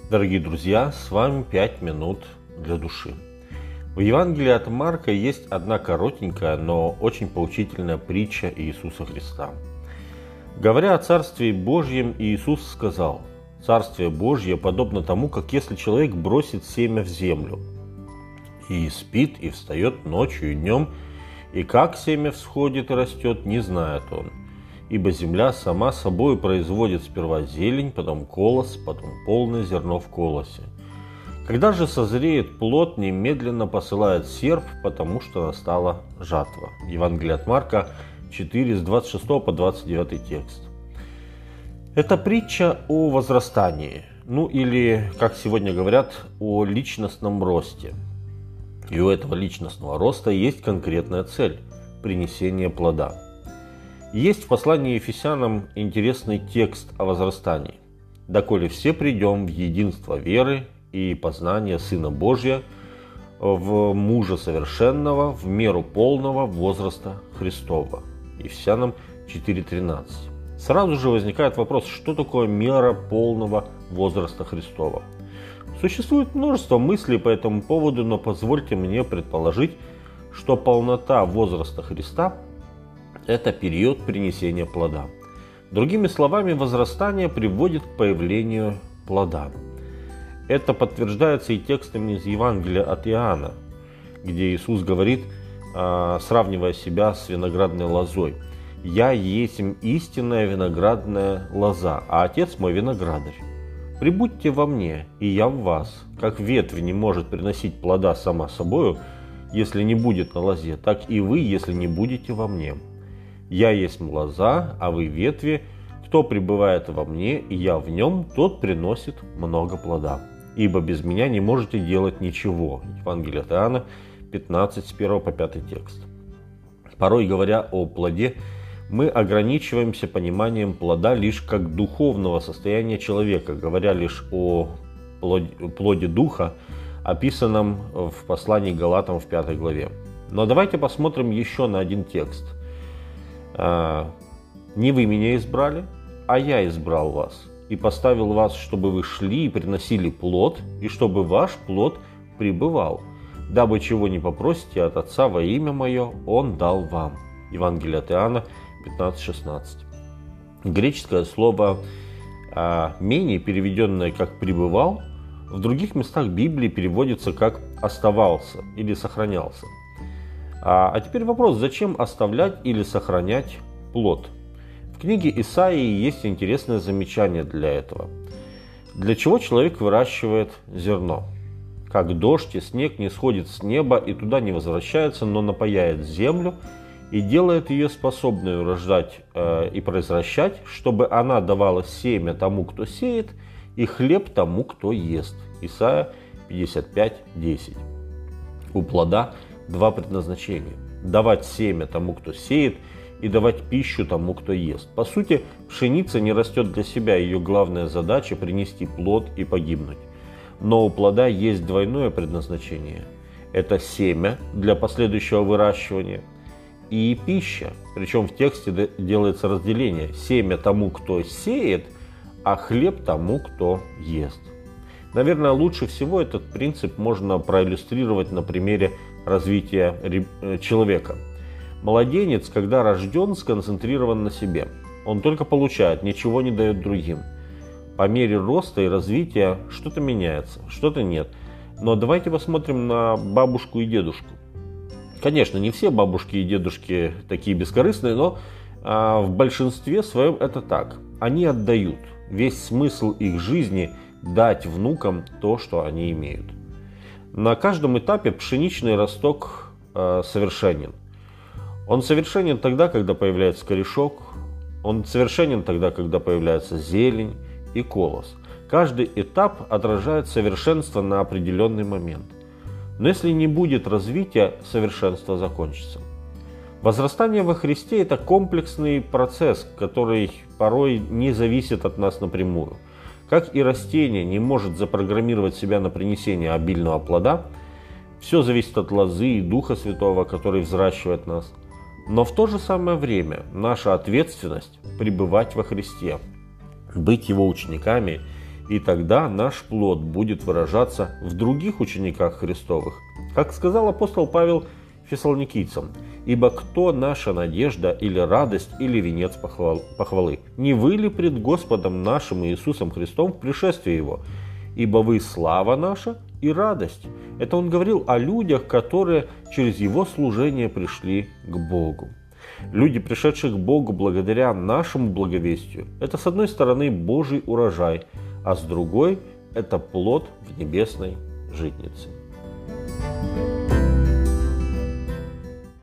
Дорогие друзья, с вами 5 минут для души. В Евангелии от Марка есть одна коротенькая, но очень поучительная притча Иисуса Христа. Говоря о Царстве Божьем, Иисус сказал: «Царствие Божье подобно тому, как если человек бросит семя в землю, и спит, и встает ночью и днем, и как семя всходит и растет, не знает он. Ибо земля сама собой производит сперва зелень, потом колос, потом полное зерно в колосе. Когда же созреет плод, немедленно посылает серп, потому что настала жатва». Евангелие от Марка 4, с 26 по 29 текст. Это притча о возрастании, или, как сегодня говорят, о личностном росте. И у этого личностного роста есть конкретная цель – принесение плода. Есть в послании Ефесянам интересный текст о возрастании. «Доколе все придем в единство веры и познания Сына Божия, в мужа совершенного, в меру полного возраста Христова». Ефесянам 4:13. Сразу же возникает вопрос, что такое мера полного возраста Христова? Существует множество мыслей по этому поводу, но позвольте мне предположить, что полнота возраста Христа – это период принесения плода. Другими словами, возрастание приводит к появлению плода. Это подтверждается и текстами из Евангелия от Иоанна, где Иисус говорит, сравнивая себя с виноградной лозой: «Я есмь истинная виноградная лоза, а Отец мой виноградарь. Прибудьте во мне, и я в вас. Как ветвь не может приносить плода сама собою, если не будет на лозе, так и вы, если не будете во мне. Я есть лоза, а вы ветви. Кто пребывает во мне, и я в нем, тот приносит много плода. Ибо без меня не можете делать ничего». Евангелие от Иоанна 15, с 1 по 5 текст. Порой, говоря о плоде, мы ограничиваемся пониманием плода лишь как духовного состояния человека, говоря лишь о плоде духа, описанном в послании к Галатам в 5 главе. Но давайте посмотрим еще на один текст. «Не вы меня избрали, а я избрал вас, и поставил вас, чтобы вы шли и приносили плод, и чтобы ваш плод пребывал, дабы чего не попросите от Отца во имя Мое, Он дал вам». Евангелие от Иоанна 15:16. Греческое слово «менее», переведенное как «пребывал», в других местах Библии переводится как «оставался» или «сохранялся». А теперь вопрос, зачем оставлять или сохранять плод? В книге Исаии есть интересное замечание для этого. Для чего человек выращивает зерно? Как дождь и снег не сходит с неба и туда не возвращается, но напояет землю и делает ее способной рождать и произвращать, чтобы она давала семя тому, кто сеет, и хлеб тому, кто ест. Исайя 55:10. У плода два предназначения: давать семя тому, кто сеет, и давать пищу тому, кто ест. По сути, пшеница не растет для себя, ее главная задача – принести плод и погибнуть. Но у плода есть двойное предназначение. Это семя для последующего выращивания и пища. Причем в тексте делается разделение: семя тому, кто сеет, а хлеб тому, кто ест. Наверное, лучше всего этот принцип можно проиллюстрировать на примере развития человека. Младенец, когда рожден, сконцентрирован на себе. Он только получает, ничего не дает другим. По мере роста и развития что-то меняется, что-то нет. Но давайте посмотрим на бабушку и дедушку. Конечно, не все бабушки и дедушки такие бескорыстные, но в большинстве своем это так. Они отдают. Весь смысл их жизни – дать внукам то, что они имеют. На каждом этапе пшеничный росток совершенен. Он совершенен тогда, когда появляется корешок. Он совершенен тогда, когда появляется зелень и колос. Каждый этап отражает совершенство на определенный момент. Но если не будет развития, совершенство закончится. Возрастание во Христе – это комплексный процесс, который порой не зависит от нас напрямую. Как и растение не может запрограммировать себя на принесение обильного плода, все зависит от лозы и Духа Святого, который взращивает нас. Но в то же самое время наша ответственность – пребывать во Христе, быть Его учениками И тогда наш плод будет выражаться в других учениках Христовых. Как сказал апостол Павел фессалоникийцам: «Ибо кто наша надежда или радость или венец похвалы? Не вы ли пред Господом нашим Иисусом Христом в пришествии Его? Ибо вы слава наша и радость». Это он говорил о людях, которые через его служение пришли к Богу. Люди, пришедшие к Богу благодаря нашему благовестию, это с одной стороны Божий урожай, а с другой это плод в небесной житнице.